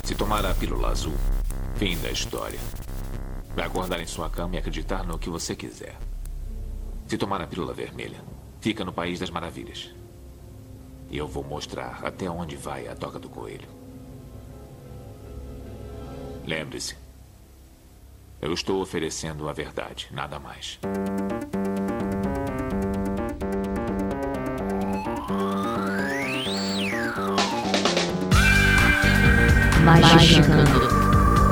Se tomar a pílula azul, fim da história. Vai acordar em sua cama e acreditar no que você quiser. Se tomar a pílula vermelha, fica no País das Maravilhas. E eu vou mostrar até onde vai a toca do coelho. Lembre-se, eu estou oferecendo a verdade, nada mais. Magicando.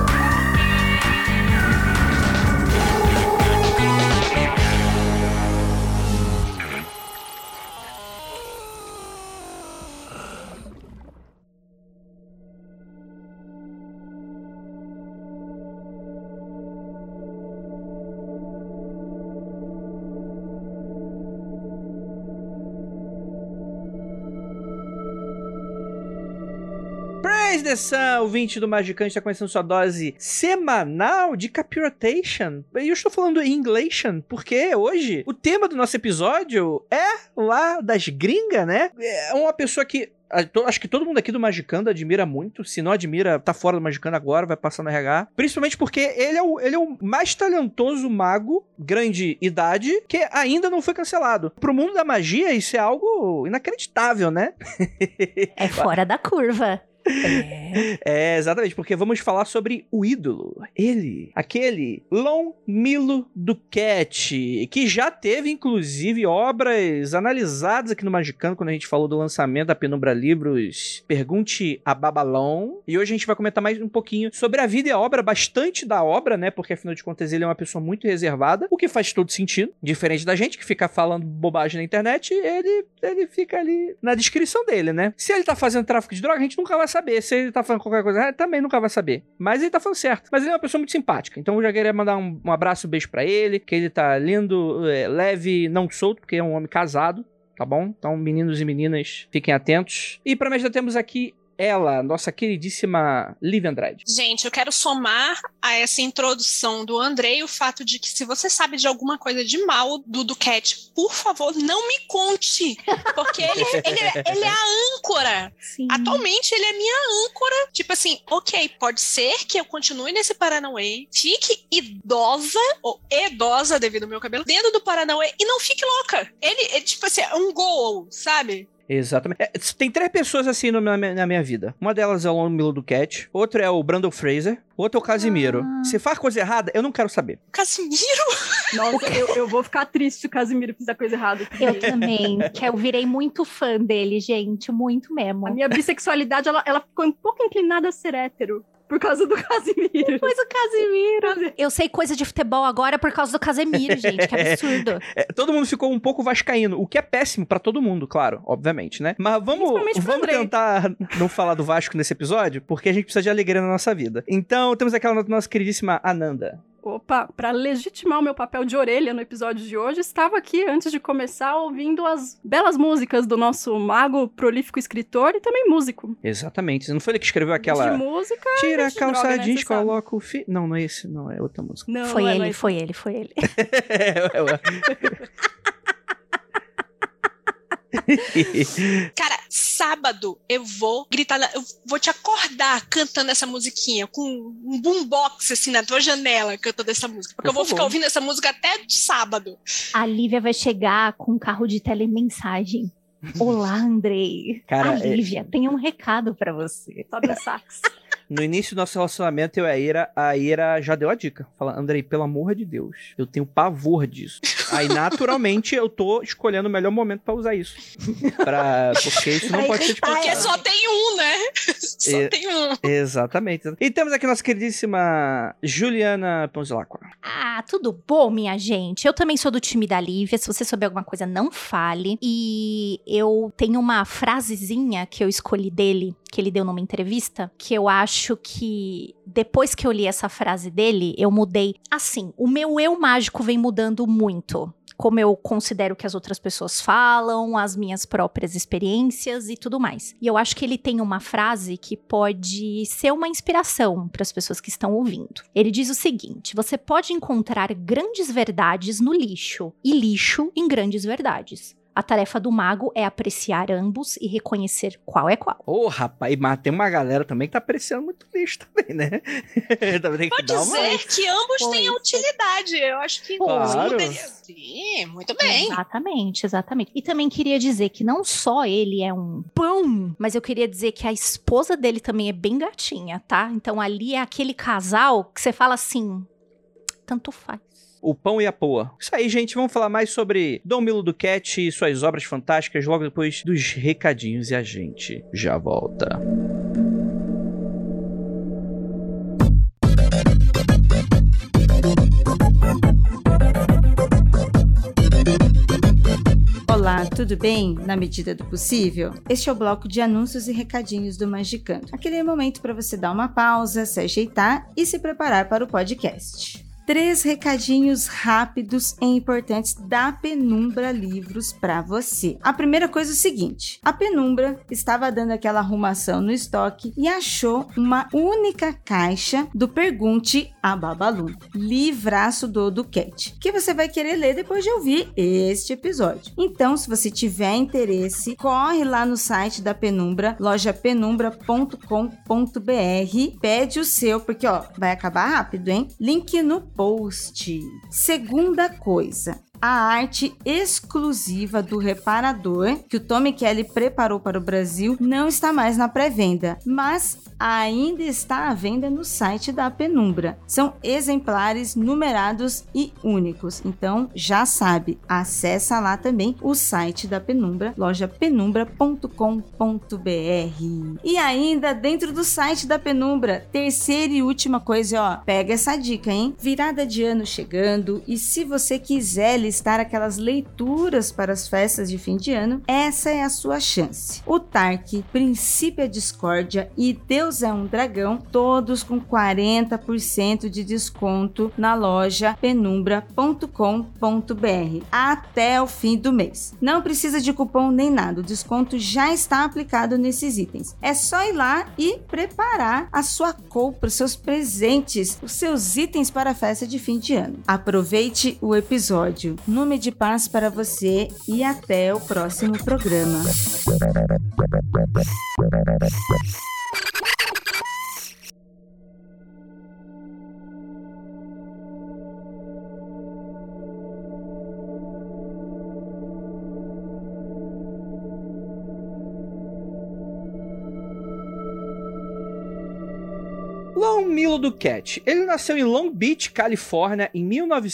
Praise the Sun, ouvinte do Magicante, está começando sua dose semanal de Capirotation. E eu estou falando em inglês, porque hoje o tema do nosso episódio é lá das gringas, né? É uma pessoa que acho que todo mundo aqui do Magicando admira muito. Se não admira, tá fora do Magicando agora, vai passar no RH. Principalmente porque ele é o mais talentoso mago, grande idade, que ainda não foi cancelado. Pro mundo da magia, isso é algo inacreditável, né? É fora da curva. Exatamente, porque vamos falar sobre o ídolo, ele, aquele Lon Milo Duquette, que já teve, inclusive, obras analisadas aqui no Magicando, quando a gente falou do lançamento da Penumbra Livros, Pergunte a Babalon, e hoje a gente vai comentar mais um pouquinho sobre a vida e a obra, bastante da obra, né, porque afinal de contas ele é uma pessoa muito reservada, o que faz todo sentido, diferente da gente que fica falando bobagem na internet, ele fica ali na descrição dele, né. Se ele tá fazendo tráfico de droga, a gente nunca vai saber. Se ele tá falando qualquer coisa, também nunca vai saber. Mas ele tá falando certo. Mas ele é uma pessoa muito simpática. Então eu já queria mandar um abraço, um beijo pra ele, que ele tá lindo, leve, não solto, porque é um homem casado, tá bom? Então meninos e meninas, fiquem atentos. E pra mim já temos aqui ela, nossa queridíssima Liv Andrade. Gente, eu quero somar a essa introdução do Andrei o fato de que se você sabe de alguma coisa de mal do Duquette, por favor, não me conte, porque ele é a âncora. Sim. Atualmente ele é minha âncora. Tipo assim, ok, pode ser que eu continue nesse Paranauê, fique idosa ou idosa devido ao meu cabelo dentro do Paranauê e não fique louca. Ele tipo assim, é um goal, sabe? Exatamente. Tem 3 pessoas assim na minha vida. Uma delas é o Lon Milo Duquette, outro é o Brandon Fraser, outro é o Casimiro. Se faz coisa errada, eu não quero saber. Casimiro? Nossa, eu vou ficar triste se o Casimiro fizer coisa errada. Eu também, que eu virei muito fã dele, gente, muito mesmo. A minha bissexualidade, ela ficou um pouco inclinada a ser hétero. Por causa do Casimiro. Mas o Casimiro. Eu sei coisa de futebol agora por causa do Casemiro, gente. Que absurdo. Todo mundo ficou um pouco vascaíno, o que é péssimo pra todo mundo, claro, obviamente, né? Mas vamos tentar não falar do Vasco nesse episódio, porque a gente precisa de alegria na nossa vida. Então, temos aquela nossa queridíssima Ananda. Opa, pra legitimar o meu papel de orelha no episódio de hoje, estava aqui, antes de começar, ouvindo as belas músicas do nosso mago, prolífico escritor e também músico. Exatamente. Não foi ele que escreveu aquela... De música... Tira a calça droga, jeans, né? coloca o fi... Não é esse, não, é outra música. Não, foi não ele. Cara, sábado eu vou gritar, eu vou te acordar cantando essa musiquinha, com um boombox assim na tua janela cantando essa música, porque eu vou ficar ouvindo essa música até sábado. A Lívia vai chegar com um carro de telemensagem. Olá, Andrei. Cara, a Lívia tem um recado pra você. Sobe o sax. No início do nosso relacionamento, eu e a Ira já deu a dica. Fala, Andrei, pelo amor de Deus, eu tenho pavor disso. Aí, naturalmente, eu tô escolhendo o melhor momento pra usar isso. Porque isso não pode ser de Porque só tem um, né? Só tem um. Exatamente. E temos aqui nossa queridíssima Juliana Ponzilacqua. Ah, tudo bom, minha gente? Eu também sou do time da Lívia. Se você souber alguma coisa, não fale. E eu tenho uma frasezinha que eu escolhi dele, que ele deu numa entrevista, que eu acho que depois que eu li essa frase dele, eu mudei. Assim, o meu eu mágico vem mudando muito. Como eu considero que as outras pessoas falam, as minhas próprias experiências e tudo mais. E eu acho que ele tem uma frase que pode ser uma inspiração para as pessoas que estão ouvindo. Ele diz o seguinte: você pode encontrar grandes verdades no lixo e lixo em grandes verdades. A tarefa do mago é apreciar ambos e reconhecer qual é qual. Rapaz, mas tem uma galera também que tá apreciando muito lixo também, né? Também tem que Pode dizer que ambos têm utilidade. Eu acho que Claro. poderia. Sim, muito bem. Exatamente, exatamente. E também queria dizer que não só ele é um pão, mas eu queria dizer que a esposa dele também é bem gatinha, tá? Então ali é aquele casal que você fala assim, tanto faz. O pão e a poa. Isso aí, gente. Vamos falar mais sobre Dom Milo Duquette e suas obras fantásticas logo depois dos recadinhos. E a gente já volta. Olá, tudo bem? Na medida do possível? Este é o bloco de anúncios e recadinhos do Magicando. Aquele momento para você dar uma pausa, se ajeitar e se preparar para o podcast. 3 recadinhos rápidos e importantes da Penumbra Livros para você. A primeira coisa é o seguinte: a Penumbra estava dando aquela arrumação no estoque e achou uma única caixa do Pergunte a Babalu, livraço do Duquette, que você vai querer ler depois de ouvir este episódio. Então, se você tiver interesse, corre lá no site da Penumbra, lojapenumbra.com.br, pede o seu, porque vai acabar rápido, hein? Link no post. Segunda coisa, a arte exclusiva do Reparador, que o Tommy Kelly preparou para o Brasil, não está mais na pré-venda, mas ainda está à venda no site da Penumbra. São exemplares numerados e únicos. Então, já sabe, acessa lá também o site da Penumbra, lojapenumbra.com.br. E ainda dentro do site da Penumbra, terceira e última coisa, pega essa dica, hein? Virada de ano chegando, e se você quiser listar aquelas leituras para as festas de fim de ano, essa é a sua chance. O Tark, Princípio a Discórdia e Deus é um Dragão, todos com 40% de desconto na loja penumbra.com.br até o fim do mês. Não precisa de cupom nem nada, o desconto já está aplicado nesses itens. É só ir lá e preparar a sua compra, os seus presentes, os seus itens para a festa de fim de ano. Aproveite o episódio. Nome de paz para você e até o próximo programa. Dom Milo Duquette. Ele nasceu em Long Beach, Califórnia, em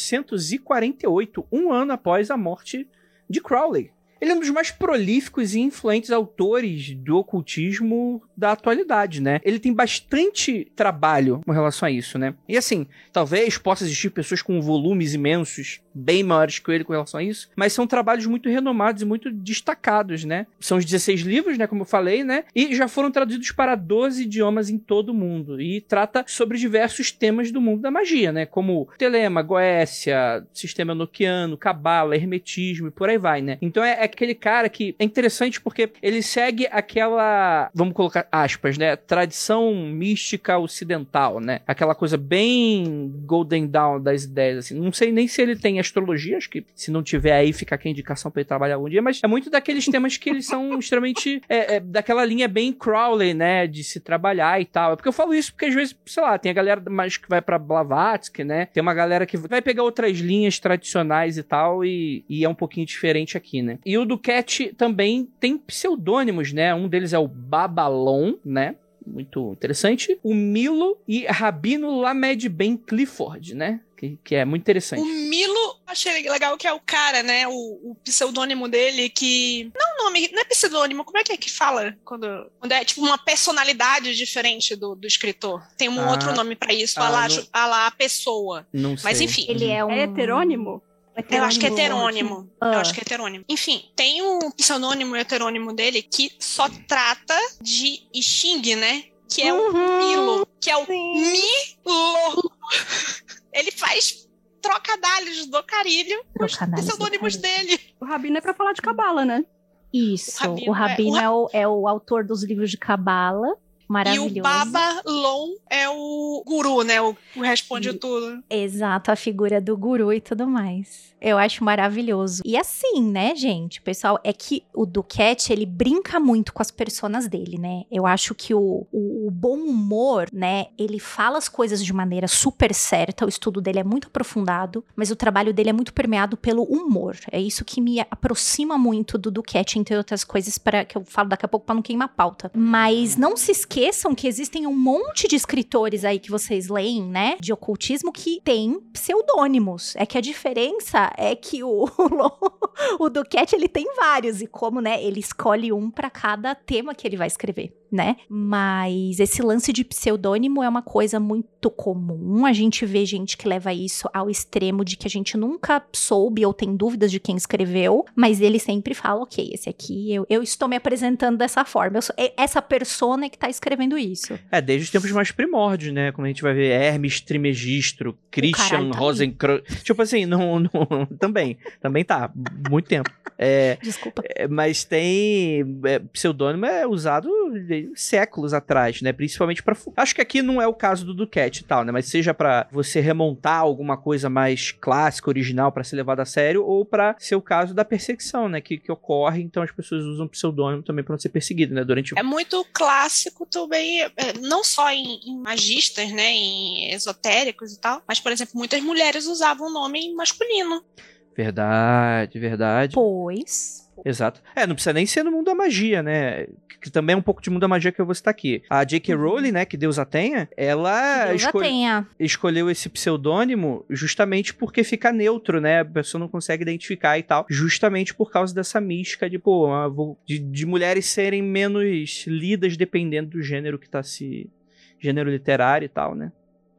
1948, um ano após a morte de Crowley. Ele é um dos mais prolíficos e influentes autores do ocultismo da atualidade, né? Ele tem bastante trabalho com relação a isso, né? E assim, talvez possa existir pessoas com volumes imensos, bem maiores que ele com relação a isso, mas são trabalhos muito renomados e muito destacados, né? São os 16 livros, né? Como eu falei, né? E já foram traduzidos para 12 idiomas em todo o mundo. E trata sobre diversos temas do mundo da magia, né? Como Telema, Goécia, Sistema Enoquiano, Cabala, Hermetismo e por aí vai, né? Então é aquele cara que é interessante porque ele segue aquela, vamos colocar aspas, né? Tradição mística ocidental, né? Aquela coisa bem Golden Dawn das ideias, assim. Não sei nem se ele tem astrologia, acho que se não tiver aí fica aqui a indicação pra ele trabalhar algum dia, mas é muito daqueles temas que eles são extremamente daquela linha bem Crowley, né, de se trabalhar e tal. É porque eu falo isso porque às vezes, sei lá, tem a galera mais que vai pra Blavatsky, né, tem uma galera que vai pegar outras linhas tradicionais e tal e é um pouquinho diferente aqui, né. E o Duquette também tem pseudônimos, né, um deles é o Babalon, né, muito interessante, o Milo e Rabino Lamed Ben Clifford, né, que é muito interessante. O Milo, achei legal que é o cara, né? O pseudônimo dele que... Não, nome, não é pseudônimo, como é que fala? Quando é tipo uma personalidade diferente do escritor. Tem um outro nome pra isso, a lá a pessoa. Não sei. Mas enfim. Ele é um... É heterônimo? Eu acho que é heterônimo. Eu acho que é heterônimo. Enfim, tem um pseudônimo heterônimo dele que só trata de I Ching, né? Que é o Milo. Que é o Milo. Ele faz trocadalhos do Carilho com os pseudônimos dele. O Rabino é pra falar de cabala, né? Isso. O Rabino é o autor dos livros de cabala. Maravilhoso. E o Baba Long é o guru, né? O responde tudo. Exato, a figura do guru e tudo mais. Eu acho maravilhoso. E assim, né, gente, pessoal, é que o Duquette, ele brinca muito com as personas dele, né? Eu acho que o bom humor, né, ele fala as coisas de maneira super certa, o estudo dele é muito aprofundado, mas o trabalho dele é muito permeado pelo humor. É isso que me aproxima muito do Duquette, entre outras coisas, para que eu falo daqui a pouco para não queimar a pauta. Mas não se esqueçam que existem um monte de escritores aí que vocês leem, né, de ocultismo que tem pseudônimos. É que a diferença é que o Duquette, ele tem vários, e como, né, ele escolhe um para cada tema que ele vai escrever, né? Mas esse lance de pseudônimo é uma coisa muito comum. A gente vê gente que leva isso ao extremo de que a gente nunca soube ou tem dúvidas de quem escreveu, mas ele sempre fala, ok, esse aqui, eu estou me apresentando dessa forma. Essa persona é que tá escrevendo isso. Desde os tempos mais primórdios, né? Como a gente vai ver Hermes Trismegisto, Christian Rosenkreuz. Tipo assim, também tá, muito tempo. Desculpa. Mas tem pseudônimo usado séculos atrás, né? Principalmente pra... Acho que aqui não é o caso do Duquette e tal, né? Mas seja pra você remontar alguma coisa mais clássica, original, pra ser levado a sério, ou pra ser o caso da perseguição, né? Que ocorre, então as pessoas usam pseudônimo também pra não ser perseguido, né? É muito clássico também, não só em magistas, né? Em esotéricos e tal, mas, por exemplo, muitas mulheres usavam o nome masculino. Verdade. Pois... Exato. Não precisa nem ser no mundo da magia, né? Que também é um pouco de mundo da magia que eu vou citar aqui. A J.K. Rowling, né, que Deus a tenha, ela escolheu esse pseudônimo justamente porque fica neutro, né? A pessoa não consegue identificar e tal. Justamente por causa dessa mística de mulheres serem menos lidas dependendo do gênero que tá gênero literário e tal, né?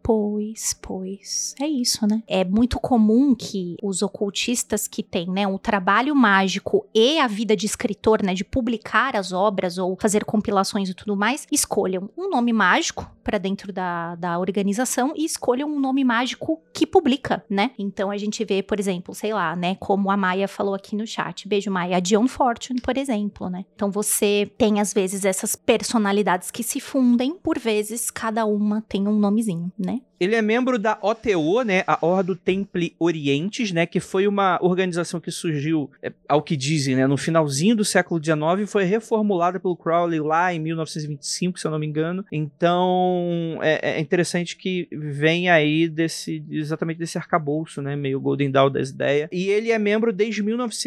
Pois. É isso, né? É muito comum que os ocultistas que têm, né, um trabalho mágico e a vida de escritor, né, de publicar as obras ou fazer compilações e tudo mais, escolham um nome mágico para dentro da organização e escolham um nome mágico que publica, né? Então a gente vê, por exemplo, sei lá, né, como a Maia falou aqui no chat. Beijo, Maia. A Dion Fortune, por exemplo, né? Então você tem, às vezes, essas personalidades que se fundem, por vezes, cada uma tem um nomezinho, né? Ele é membro da OTO, né, a Ordo Templi Orientis, né, que foi uma organização que surgiu, ao que dizem, né, no finalzinho do século XIX e foi reformulada pelo Crowley lá em 1925, se eu não me engano. Então, é interessante que vem aí exatamente desse arcabouço, né, meio Golden Dawn das ideias. E ele é membro desde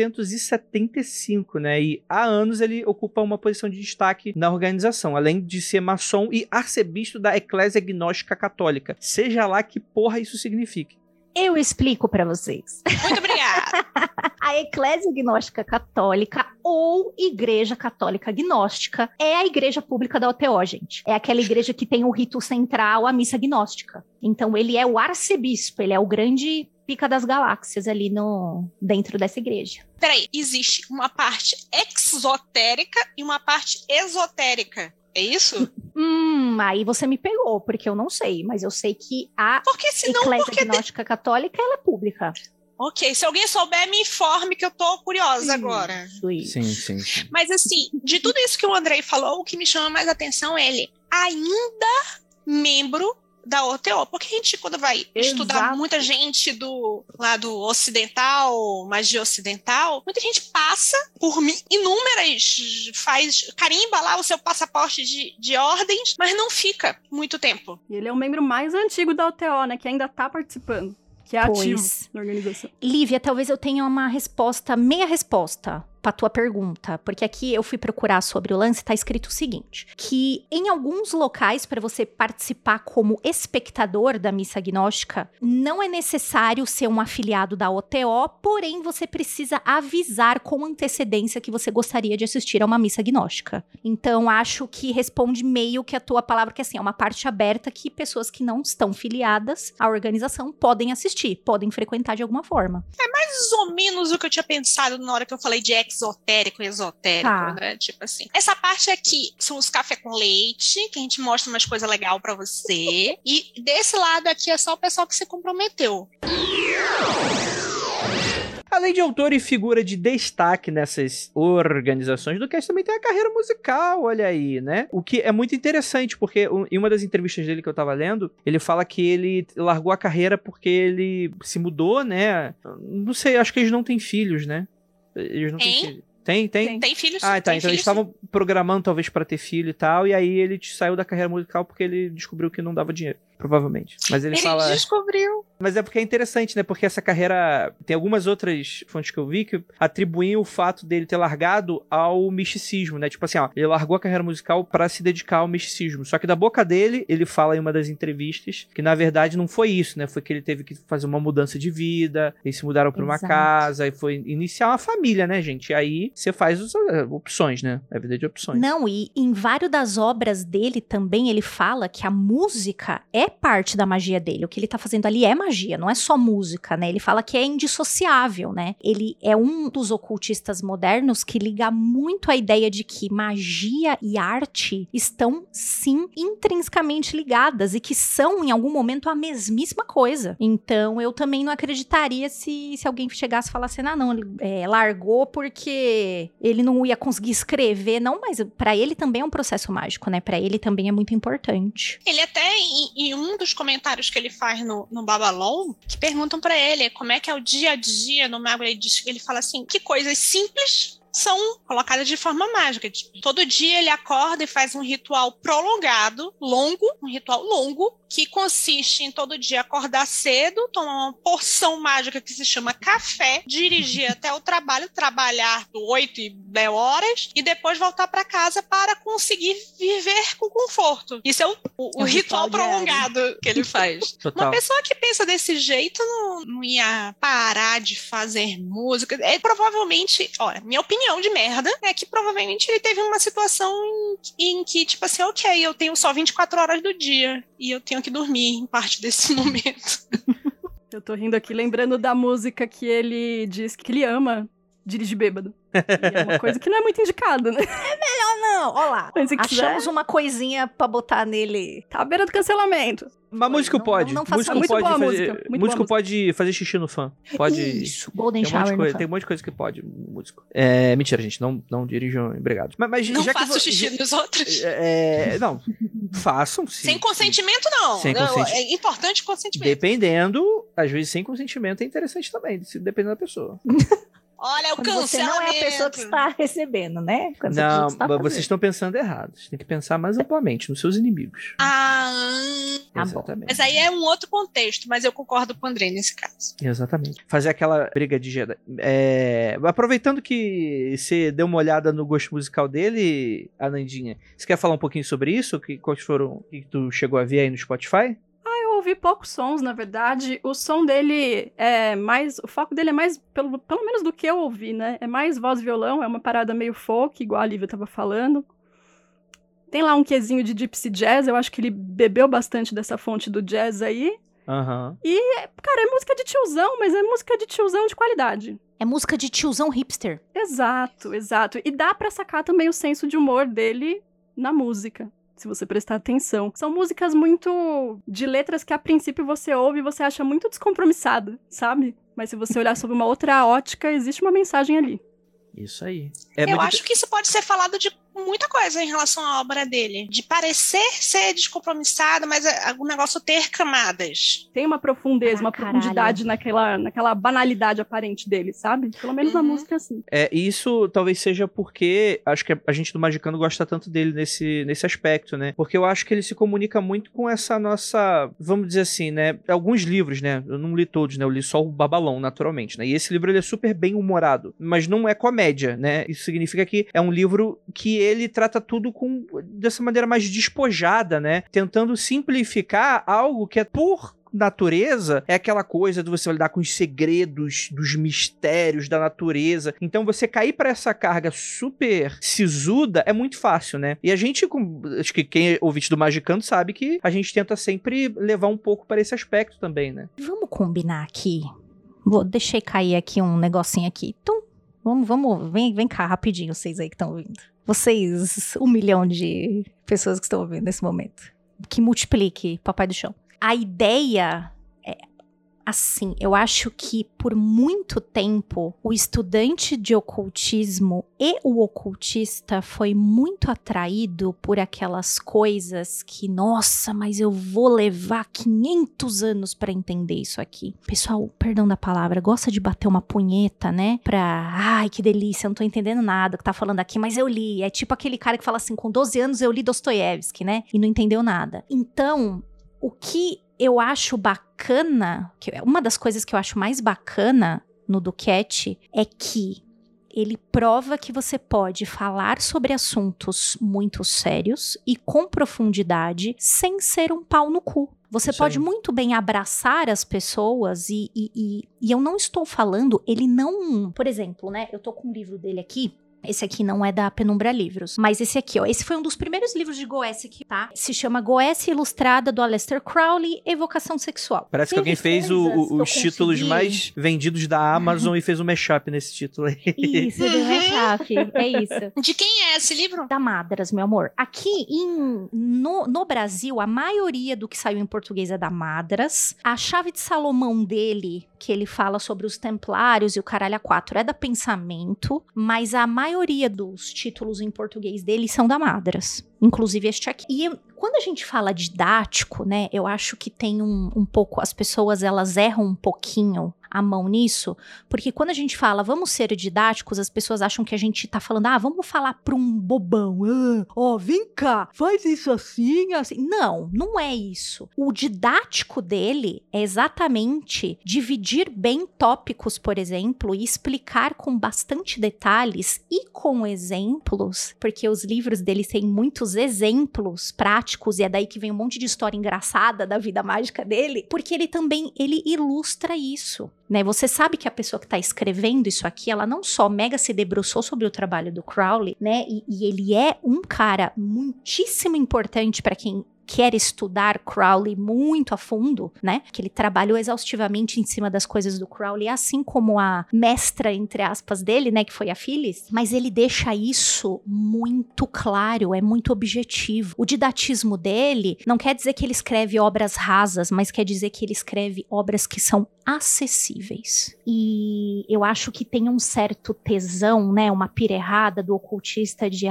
1975, né, e há anos ele ocupa uma posição de destaque na organização, além de ser maçom e arcebispo da Eclésia Gnóstica Católica. Seja lá que porra isso signifique. Eu explico pra vocês. Muito obrigada. A Eclésia Gnóstica Católica ou Igreja Católica Gnóstica é a igreja pública da OTO, gente. É aquela igreja que tem o rito central, a missa gnóstica. Então ele é o arcebispo, ele é o grande pica das galáxias ali dentro dessa igreja. Peraí, existe uma parte exotérica e uma parte esotérica. É isso? Aí você me pegou, porque eu não sei, mas eu sei que a Eclésia Gnóstica Católica, ela é pública. Ok, se alguém souber, me informe que eu tô curiosa agora. Sim. Mas assim, de tudo isso que o Andrei falou, o que me chama mais atenção é ele ainda membro da OTO, porque a gente, quando vai estudar muita gente do lado ocidental, magia ocidental, muita gente passa por inúmeras, carimba lá o seu passaporte de ordens, mas não fica muito tempo. E ele é o membro mais antigo da OTO, né, que ainda tá participando, que é ativo na organização. Lívia, talvez eu tenha uma resposta, meia resposta pra tua pergunta, porque aqui eu fui procurar sobre o lance, tá escrito o seguinte, que em alguns locais, para você participar como espectador da missa gnóstica, não é necessário ser um afiliado da OTO, porém você precisa avisar com antecedência que você gostaria de assistir a uma missa gnóstica. Então, acho que responde meio que a tua palavra, que assim, é uma parte aberta que pessoas que não estão filiadas à organização podem assistir, podem frequentar de alguma forma. É mais ou menos o que eu tinha pensado na hora que eu falei de exotérico e esotérico, né? Tipo assim. Essa parte aqui são os café com leite, que a gente mostra umas coisas legais pra você. E desse lado aqui é só o pessoal que se comprometeu. Além de autor e figura de destaque nessas organizações, Duquesne também tem a carreira musical, olha aí, né? O que é muito interessante, porque em uma das entrevistas dele que eu tava lendo, ele fala que ele largou a carreira porque ele se mudou, né? Não sei, acho que eles não têm filhos, né? Eles não têm filhos. Tem? Tem filhos. Ah, tá. Tem Então eles estavam programando talvez pra ter filho e tal, e aí ele saiu da carreira musical porque ele descobriu que não dava dinheiro. Provavelmente. Mas ele fala... descobriu. Mas é porque é interessante, né? Porque essa carreira... Tem algumas outras fontes que eu vi que atribuem o fato dele ter largado ao misticismo, né? Tipo assim, ó, ele largou a carreira musical pra se dedicar ao misticismo. Só que da boca dele, ele fala em uma das entrevistas que, na verdade, não foi isso, né? Foi que ele teve que fazer uma mudança de vida, eles se mudaram pra uma Exato. casa, e foi iniciar uma família, né, gente? E aí você faz as opções, né? É a vida de opções. Não, e em várias das obras dele também ele fala que a música é parte da magia dele. O que ele tá fazendo ali é magia, não é só música, né? Ele fala que é indissociável, né? Ele é um dos ocultistas modernos que liga muito a ideia de que magia e arte estão, sim, intrinsecamente ligadas e que são, em algum momento, a mesmíssima coisa. Então, eu também não acreditaria se alguém chegasse e falasse, não, largou porque ele não ia conseguir escrever. Não, mas pra ele também é um processo mágico, né? Pra ele também é muito importante. Ele até, em um dos comentários que ele faz no Babylon, que perguntam pra ele como é que é o dia a dia no mago, ele fala assim, que coisas simples são colocadas de forma mágica. Tipo, todo dia ele acorda e faz um ritual prolongado, um ritual longo, que consiste em todo dia acordar cedo, tomar uma porção mágica que se chama café, dirigir até o trabalho, trabalhar 8 horas e depois voltar para casa para conseguir viver com conforto. Isso é o ritual prolongado que ele faz. Total. Uma pessoa que pensa desse jeito não ia parar de fazer música. Provavelmente, olha, minha opinião de merda é que provavelmente ele teve uma situação em que, tipo assim, ok, eu tenho só 24 horas do dia e eu tenho que dormir em parte desse momento. Eu tô rindo aqui, lembrando da música que ele diz que ele ama dirigir bêbado. E é uma coisa que não é muito indicada, né? Não, ó lá. Mas se Achamos quiser, uma coisinha pra botar nele. tá à beira do cancelamento. Mas músico não- pode. não faça Músico isso. pode Muito boa fazer, música, muito músico boa pode fazer xixi no fã. Pode. Isso, Golden Tem um, monte Shower de no coisa, fã. tem um monte de coisa que pode, músico. Mentira, gente, não dirijam embriagados. Mas Não já que faço xixi nos outros. Não, façam sim. Sem consentimento, não. Sem Não, consenti- é importante consentimento. Dependendo, às vezes sem consentimento é interessante também, dependendo da pessoa. Olha, o Quando você não é a pessoa que está recebendo, né? Quando você Não, está mas fazendo. vocês estão pensando errado. Vocês têm que pensar mais amplamente nos seus inimigos. Tá bom. Exatamente. Mas aí é um outro contexto, mas eu concordo com o Andrei nesse caso. Exatamente. Fazer aquela briga de Jedi. Aproveitando que você deu uma olhada no gosto musical dele, Anandinha, você quer falar um pouquinho sobre isso? Quais foram que tu chegou a ver aí no Spotify? Eu ouvi poucos sons, na verdade. O som dele é mais... O foco dele é mais, pelo menos do que eu ouvi, né? É mais voz e violão, é uma parada meio folk, igual a Lívia tava falando. Tem lá um quezinho de gypsy jazz, eu acho que ele bebeu bastante dessa fonte do jazz aí. Aham. Cara, é música de tiozão, mas é música de tiozão de qualidade. É música de tiozão hipster. Exato, exato. E dá pra sacar também o senso de humor dele na música, se você prestar atenção. São músicas muito... de letras que a princípio você ouve e você acha muito descompromissada, sabe? Mas se você olhar sob uma outra ótica, existe uma mensagem ali. Isso aí. Eu acho que isso pode ser falado de muita coisa em relação à obra dele. De parecer ser descompromissada, mas o negócio ter camadas. Tem uma profundeza, uma Caralho. profundidade naquela banalidade aparente dele, sabe? Pelo menos na música, assim. Isso talvez seja porque acho que a gente do Magicando gosta tanto dele nesse aspecto, né? Porque eu acho que ele se comunica muito com essa nossa, vamos dizer assim, né? Alguns livros, né? Eu não li todos, né? Eu li só o Babylon, naturalmente, né? E esse livro ele é super bem humorado, mas não é comédia, né? Isso significa que é um livro que ele trata tudo dessa maneira mais despojada, né? Tentando simplificar algo que é por natureza, é aquela coisa de você lidar com os segredos, dos mistérios da natureza. Então você cair pra essa carga super sisuda é muito fácil, né? E a gente, acho que quem é ouvinte do Magicando sabe que a gente tenta sempre levar um pouco para esse aspecto também, né? Vamos combinar aqui. Deixei cair aqui um negocinho aqui. Então, vamos, vem cá rapidinho, vocês aí que estão ouvindo. Vocês, 1 milhão de pessoas que estão ouvindo nesse momento. Que multiplique, papai do chão. A ideia Assim, eu acho que por muito tempo o estudante de ocultismo e o ocultista foi muito atraído por aquelas coisas que, nossa, mas eu vou levar 500 anos pra entender isso aqui. Pessoal, perdão da palavra, gosta de bater uma punheta, né? Ai, que delícia, eu não tô entendendo nada que tá falando aqui, mas eu li. É tipo aquele cara que fala assim, com 12 anos eu li Dostoiévski, né? E não entendeu nada. Então, o que eu acho bacana, uma das coisas que eu acho mais bacana no Duquette é que ele prova que você pode falar sobre assuntos muito sérios e com profundidade sem ser um pau no cu. Você pode muito bem abraçar as pessoas e eu não estou falando, ele não... Por exemplo, né, eu tô com um livro dele aqui. Esse aqui não é da Penumbra Livros, mas esse aqui, ó, esse foi um dos primeiros livros de Goécia aqui, tá? Se chama Goécia Ilustrada, do Aleister Crowley, Evocação Sexual. Parece que alguém fez os títulos mais vendidos da Amazon e fez um mashup nesse título aí. Isso, do mashup, é isso. De quem é esse livro? Da Madras, meu amor. Aqui no Brasil, a maioria do que saiu em português é da Madras. A Chave de Salomão dele, que ele fala sobre os Templários e o Caralho a 4, é da Pensamento, mas a maioria dos títulos em português dele são da Madras, inclusive este aqui. E quando a gente fala didático, né, eu acho que tem um pouco, as pessoas elas erram um pouquinho a mão nisso, porque quando a gente fala vamos ser didáticos, as pessoas acham que a gente tá falando, vamos falar pra um bobão, vem cá, faz isso assim, assim. Não, não é isso. O didático dele é exatamente dividir bem tópicos, por exemplo, e explicar com bastante detalhes e com exemplos, porque os livros dele têm muitos exemplos práticos, e é daí que vem um monte de história engraçada da vida mágica dele, porque ele ilustra isso. Né, você sabe que a pessoa que está escrevendo isso aqui, ela não só mega se debruçou sobre o trabalho do Crowley, né, e ele é um cara muitíssimo importante para quem quer estudar Crowley muito a fundo, né? Que ele trabalhou exaustivamente em cima das coisas do Crowley, assim como a mestra, entre aspas, dele, né? Que foi a Phyllis. Mas ele deixa isso muito claro, é muito objetivo. O didatismo dele não quer dizer que ele escreve obras rasas, mas quer dizer que ele escreve obras que são acessíveis. E eu acho que tem um certo tesão, né? Uma pira errada do ocultista de,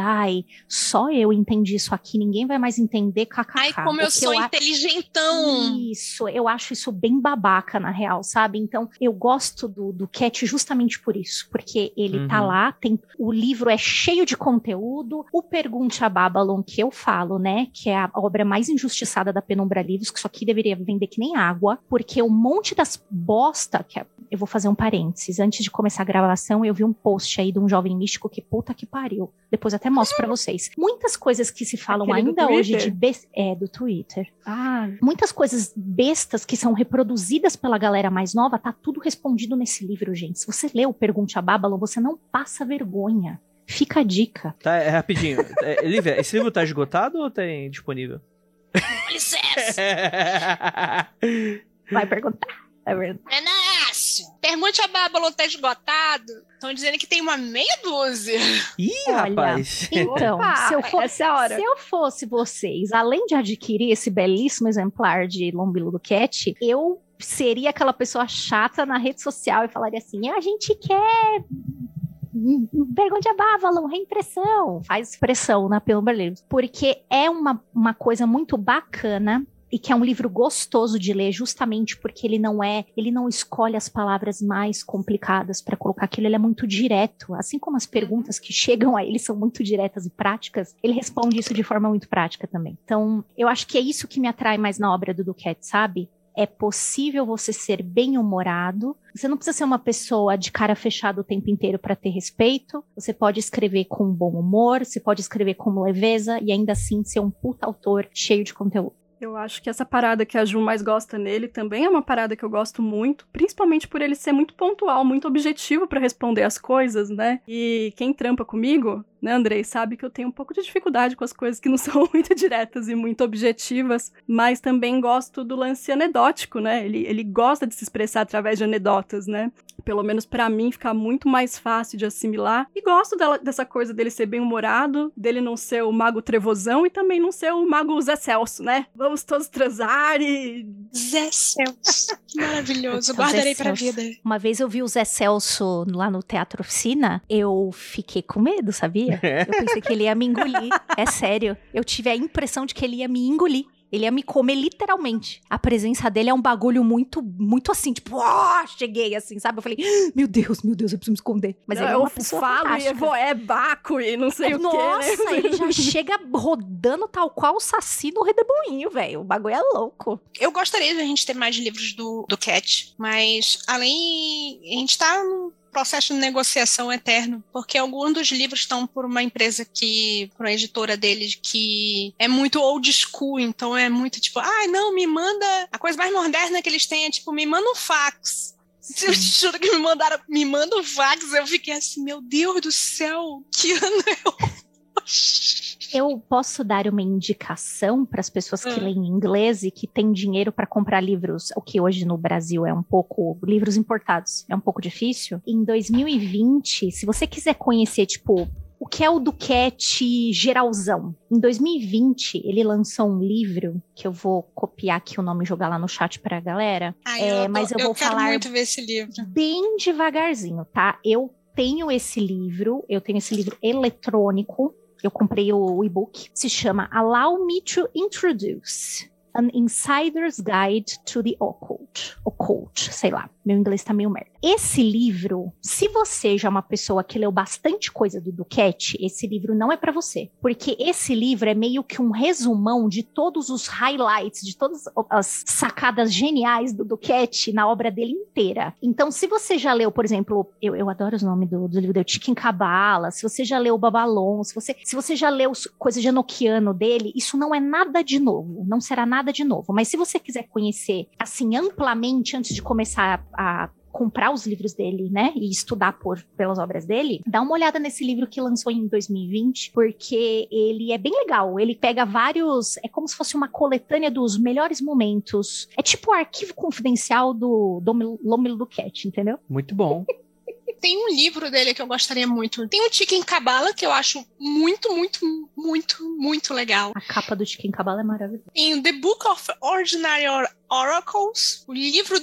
só eu entendi isso aqui, ninguém vai mais entender, kkk. Como eu sou inteligentão. Isso, eu acho isso bem babaca, na real, sabe? Então, eu gosto do Cat justamente por isso, porque ele tá lá, o livro é cheio de conteúdo, o Pergunte a Babylon, que eu falo, né, que é a obra mais injustiçada da Penumbra Livros, que isso aqui deveria vender que nem água, porque um monte das bosta, eu vou fazer um parênteses, antes de começar a gravação, eu vi um post aí de um jovem místico que puta que pariu, depois até mostro pra vocês. Muitas coisas que se falam ainda hoje do Twitter. Muitas coisas bestas que são reproduzidas pela galera mais nova, tá tudo respondido nesse livro, gente. Se você lê o Pergunte a Babylon, você não passa vergonha. Fica a dica. Tá, rapidinho. Lívia, esse livro tá esgotado ou tem disponível? Com licença. Vai perguntar. É verdade. Renácio, Pergunte a Babylon tá esgotado. Estão dizendo que tem uma meia dúzia. Ih, rapaz. Então, se eu fosse vocês, além de adquirir esse belíssimo exemplar de Lombilo do Cat, eu seria aquela pessoa chata na rede social e falaria assim, a gente quer... Pergunte a Babylon, reimpressão. Faz pressão na Penumbra Livros. Porque é uma coisa muito bacana e que é um livro gostoso de ler, justamente porque ele não escolhe as palavras mais complicadas para colocar aquilo, ele é muito direto, assim como as perguntas que chegam a ele são muito diretas e práticas, ele responde isso de forma muito prática também. Então, eu acho que é isso que me atrai mais na obra do Duquette, sabe? É possível você ser bem-humorado, você não precisa ser uma pessoa de cara fechada o tempo inteiro para ter respeito, você pode escrever com bom humor, você pode escrever com leveza e ainda assim ser um puta autor cheio de conteúdo. Eu acho que essa parada que a Ju mais gosta nele também é uma parada que eu gosto muito, principalmente por ele ser muito pontual, muito objetivo pra responder as coisas, né? E quem trampa comigo né, Andrei, sabe que eu tenho um pouco de dificuldade com as coisas que não são muito diretas e muito objetivas, mas também gosto do lance anedótico, né? Ele gosta de se expressar através de anedotas, né? Pelo menos pra mim fica muito mais fácil de assimilar. E gosto dessa coisa dele ser bem-humorado, dele não ser o mago trevosão e também não ser o mago Zé Celso, né? Vamos todos transar e... Zé Celso, que maravilhoso, guardarei pra vida. Uma vez eu vi o Zé Celso lá no Teatro Oficina, eu fiquei com medo, sabia? Eu pensei que ele ia me engolir, é sério. Eu tive a impressão de que ele ia me engolir. Ele ia me comer literalmente. A presença dele é um bagulho muito, muito assim, tipo, cheguei assim, sabe? Eu falei, meu Deus, eu preciso me esconder. Mas ele é uma pessoa fantástica. É Baco e não sei o quê. Nossa, ele já chega rodando tal qual o Saci no Redemoinho, velho. O bagulho é louco. Eu gostaria de a gente ter mais livros do Cat, mas além... A gente tá num processo de negociação eterno, porque alguns dos livros estão por uma empresa por uma editora deles que é muito old school, então é muito tipo, não, me manda, a coisa mais moderna que eles têm é tipo, me manda um fax. Eu te juro que me manda um fax, eu fiquei assim, meu Deus do céu, que ano Eu posso dar uma indicação para as pessoas que leem inglês e que têm dinheiro para comprar livros, o que hoje no Brasil é um pouco, livros importados, é um pouco difícil. Em 2020, se você quiser conhecer, tipo, o que é o Duquette geralzão, em 2020 ele lançou um livro, que eu vou copiar aqui o nome e jogar lá no chat pra galera, mas eu vou falar muito ver esse livro. Bem devagarzinho, tá? Eu tenho esse livro eletrônico. Eu comprei o e-book. Se chama Allow Me to Introduce An Insider's Guide to the Occult. Occult, sei lá. Meu inglês tá meio merda. Esse livro, se você já é uma pessoa que leu bastante coisa do Duquette, esse livro não é pra você. Porque esse livro é meio que um resumão de todos os highlights, de todas as sacadas geniais do Duquette na obra dele inteira. Então, se você já leu, por exemplo, eu adoro os nomes do livro dele, Chicken Cabala, se você já leu o Babalon, se você já leu coisa de Enochiano dele, isso não é nada de novo. Não será nada de novo. Mas se você quiser conhecer, assim, amplamente, antes de começar a comprar os livros dele, né, e estudar pelas obras dele, dá uma olhada nesse livro que lançou em 2020, porque ele é bem legal. Ele pega vários, é como se fosse uma coletânea dos melhores momentos. É tipo o arquivo confidencial do Lômilo Duquette, entendeu? Muito bom. Tem um livro dele que eu gostaria muito. Tem o Chicken Cabala, que eu acho muito, muito, muito, muito legal. A capa do Chicken Cabala é maravilhosa. Em The Book of Ordinary Oracles, o livro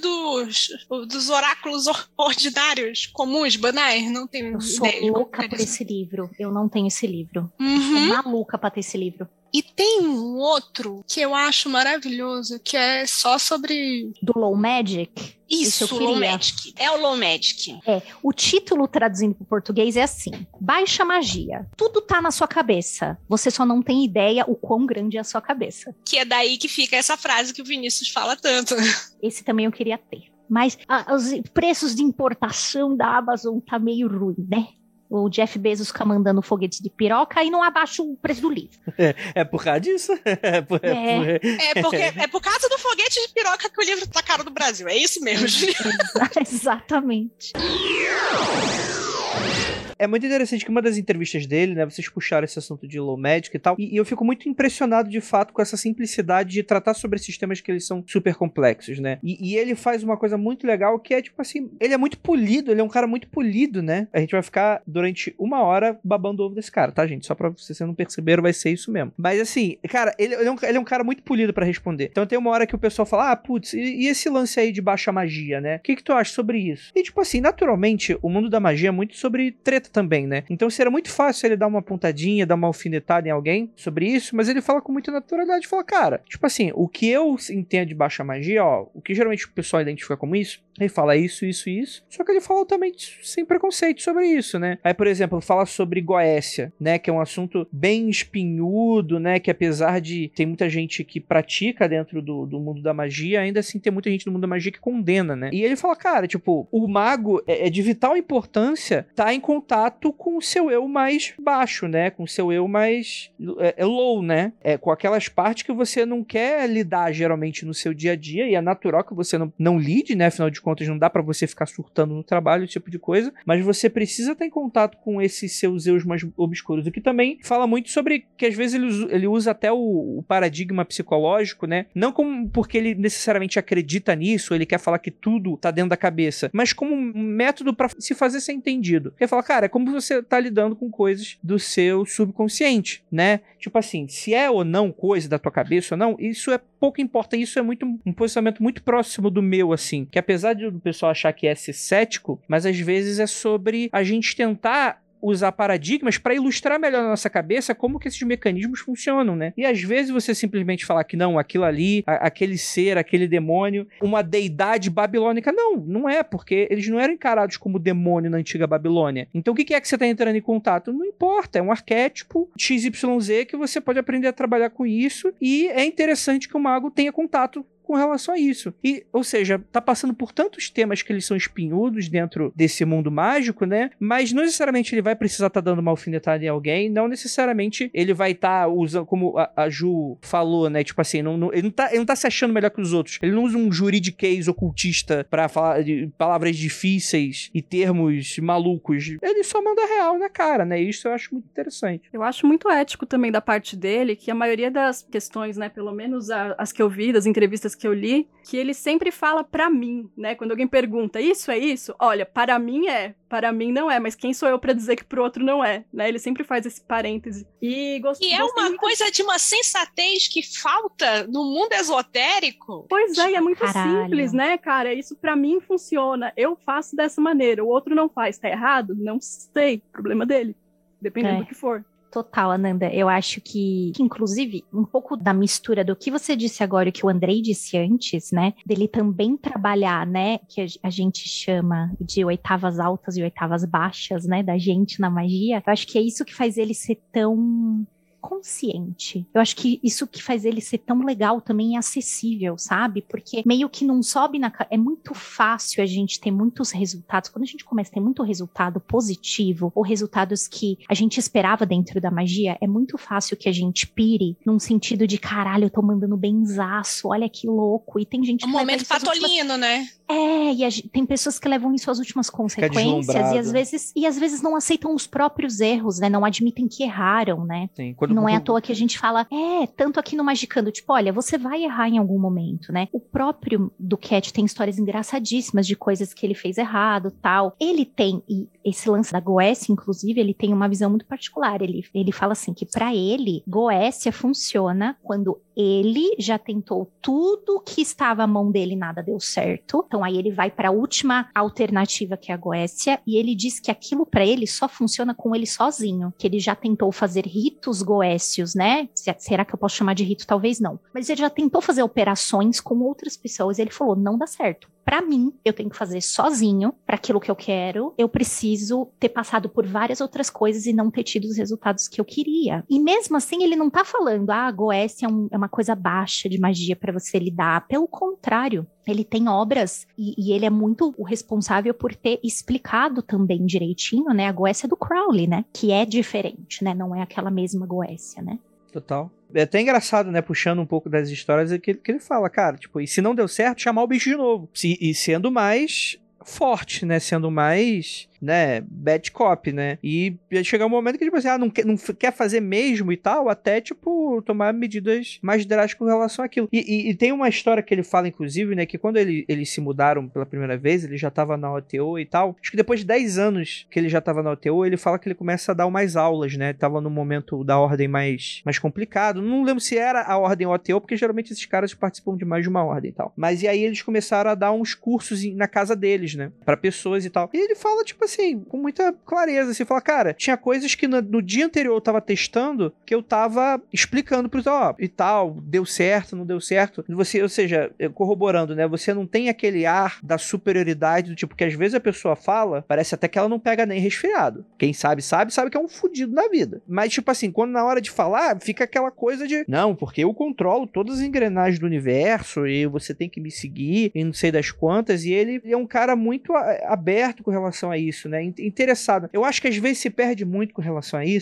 dos oráculos ordinários, comuns, banais, não tenho ideia. Eu sou louca por esse livro. Eu não tenho esse livro. Eu sou maluca pra ter esse livro. E tem um outro que eu acho maravilhoso, que é só sobre... Do Low Magic? Isso, Low Magic. É o Low Magic. O título traduzindo para o português é assim: Baixa Magia. Tudo tá na sua cabeça. Você só não tem ideia o quão grande é a sua cabeça. Que é daí que fica essa frase que o Vinícius fala tanto. Esse também eu queria ter. Mas os preços de importação da Amazon tá meio ruim, né? O Jeff Bezos fica mandando foguetes de piroca e não abaixa o preço do livro. É por causa disso? É por causa do foguete de piroca que o livro tá caro no Brasil. É isso mesmo. Exatamente. É muito interessante que uma das entrevistas dele, né, vocês puxaram esse assunto de Low Magic e tal, e eu fico muito impressionado de fato com essa simplicidade de tratar sobre esses temas que eles são super complexos, né? E ele faz uma coisa muito legal que é tipo assim, ele é muito polido, ele é um cara muito polido, né? A gente vai ficar durante 1 hora babando o ovo desse cara, tá, gente? Só pra vocês não perceberam, vai ser isso mesmo. Mas assim, cara, ele é um cara muito polido pra responder. Então tem uma hora que o pessoal fala, putz, e esse lance aí de baixa magia, né? O que tu acha sobre isso? E tipo assim, naturalmente, o mundo da magia é muito sobre treta também, né? Então seria muito fácil ele dar uma pontadinha, dar uma alfinetada em alguém sobre isso, mas ele fala com muita naturalidade, fala, cara, tipo assim, o que eu entendo de baixa magia, o que geralmente o pessoal identifica como isso, ele fala isso, só que ele fala também sem preconceito sobre isso, né? Aí, por exemplo, fala sobre Goécia, né, que é um assunto bem espinhudo, né, que apesar de ter muita gente que pratica dentro do mundo da magia, ainda assim tem muita gente no mundo da magia que condena, né? E ele fala, cara, tipo, o mago é de vital importância estar em contato com o seu eu mais baixo, né, com o seu eu mais low, né, com aquelas partes que você não quer lidar geralmente no seu dia a dia, e é natural que você não lide, né, afinal de contas não dá pra você ficar surtando no trabalho, esse tipo de coisa, mas você precisa estar em contato com esses seus eus mais obscuros, o que também fala muito sobre que às vezes ele usa até o paradigma psicológico, né, não como porque ele necessariamente acredita nisso, ele quer falar que tudo tá dentro da cabeça, mas como um método pra se fazer ser entendido. Ele fala, cara, é como você tá lidando com coisas do seu subconsciente, né, tipo assim, se é ou não coisa da tua cabeça ou não, isso é pouco importa, isso é muito um posicionamento muito próximo do meu, assim, que apesar do pessoal achar que é ser cético, mas às vezes é sobre a gente tentar usar paradigmas para ilustrar melhor na nossa cabeça como que esses mecanismos funcionam, né? E às vezes você simplesmente falar que não, aquilo ali, aquele ser, aquele demônio, uma deidade babilônica, não é, porque eles não eram encarados como demônio na antiga Babilônia. Então o que é que você tá entrando em contato? Não importa, é um arquétipo XYZ que você pode aprender a trabalhar com isso, e é interessante que o mago tenha contato com relação a isso. E, ou seja, tá passando por tantos temas que eles são espinhudos dentro desse mundo mágico, né? Mas não necessariamente ele vai precisar estar dando uma alfinetada em alguém, não necessariamente ele vai estar usando, como a Ju falou, né? Tipo assim, ele não tá se achando melhor que os outros. Ele não usa um juridiquês ocultista pra falar de palavras difíceis e termos malucos. Ele só manda real na cara, né? Isso eu acho muito interessante. Eu acho muito ético também da parte dele, que a maioria das questões, né, pelo menos as que eu vi, das entrevistas que eu li, que ele sempre fala pra mim, né? Quando alguém pergunta, isso é isso? Olha, para mim é, para mim não é, mas quem sou eu pra dizer que pro outro não é, né? Ele sempre faz esse parêntese. E é uma coisa de uma sensatez que falta no mundo esotérico. Pois é, e é muito simples, né, cara? Isso pra mim funciona. Eu faço dessa maneira, o outro não faz. Tá errado? Não sei. Problema dele. Dependendo do que for. Total, Ananda. Eu acho que, inclusive, um pouco da mistura do que você disse agora e o que o Andrei disse antes, né? Dele também trabalhar, né? Que a gente chama de oitavas altas e oitavas baixas, né? Da gente na magia. Eu acho que é isso que faz ele ser tão consciente. Eu acho que isso que faz ele ser tão legal também é acessível, sabe? Porque meio que não sobe é muito fácil a gente ter muitos resultados. Quando a gente começa a ter muito resultado positivo, ou resultados que a gente esperava dentro da magia, é muito fácil que a gente pire num sentido de, caralho, eu tô mandando benzaço, olha que louco. E tem gente que momento patolino, né? Tem pessoas que levam isso às últimas consequências e às vezes não aceitam os próprios erros, né? Não admitem que erraram, né? Sim, não é à toa que a gente fala, tanto aqui no Magicando, tipo, olha, você vai errar em algum momento, né? O próprio Duquette tem histórias engraçadíssimas de coisas que ele fez errado, tal. Ele tem, e esse lance da Goécia, inclusive, ele tem uma visão muito particular. Ele fala assim, que pra ele, Goécia funciona quando ele já tentou tudo que estava à mão dele e nada deu certo. Então aí ele vai para a última alternativa, que é a Goécia, e ele diz que aquilo para ele só funciona com ele sozinho, que ele já tentou fazer ritos goécios, né? Será que eu posso chamar de rito? Talvez não. Mas ele já tentou fazer operações com outras pessoas e ele falou, não dá certo. Pra mim, eu tenho que fazer sozinho, para aquilo que eu quero, eu preciso ter passado por várias outras coisas e não ter tido os resultados que eu queria. E mesmo assim, ele não tá falando, a Goécia é uma coisa baixa de magia para você lidar. Pelo contrário, ele tem obras e ele é muito o responsável por ter explicado também direitinho, né, a Goécia do Crowley, né, que é diferente, né, não é aquela mesma Goécia, né. Total. É até engraçado, né, puxando um pouco das histórias, que ele fala, cara, tipo, e se não deu certo, chamar o bicho de novo. E sendo mais forte, né, sendo mais, né, bad cop, né, e chegar um momento que, tipo assim, não quer fazer mesmo e tal, até, tipo, tomar medidas mais drásticas com relação àquilo. E tem uma história que ele fala, inclusive, né, que quando eles se mudaram pela primeira vez, ele já tava na OTO e tal, acho que depois de 10 anos que ele já tava na OTO, ele fala que ele começa a dar umas aulas, né, tava no momento da ordem mais complicado, não lembro se era a ordem OTO, porque geralmente esses caras participam de mais de uma ordem e tal, mas e aí eles começaram a dar uns cursos na casa deles, né, pra pessoas e tal, e ele fala, tipo assim, com muita clareza, assim, fala, cara, tinha coisas que no dia anterior eu tava testando, que eu tava explicando pros, e tal, deu certo, não deu certo, você, ou seja, corroborando, né, você não tem aquele ar da superioridade, do tipo, que às vezes a pessoa fala, parece até que ela não pega nem resfriado, quem sabe que é um fudido na vida, mas tipo assim, quando na hora de falar, fica aquela coisa de, não, porque eu controlo todas as engrenagens do universo, e você tem que me seguir, e não sei das quantas, e ele é um cara muito aberto com relação a isso, né, interessado. Eu acho que às vezes se perde muito com relação a isso,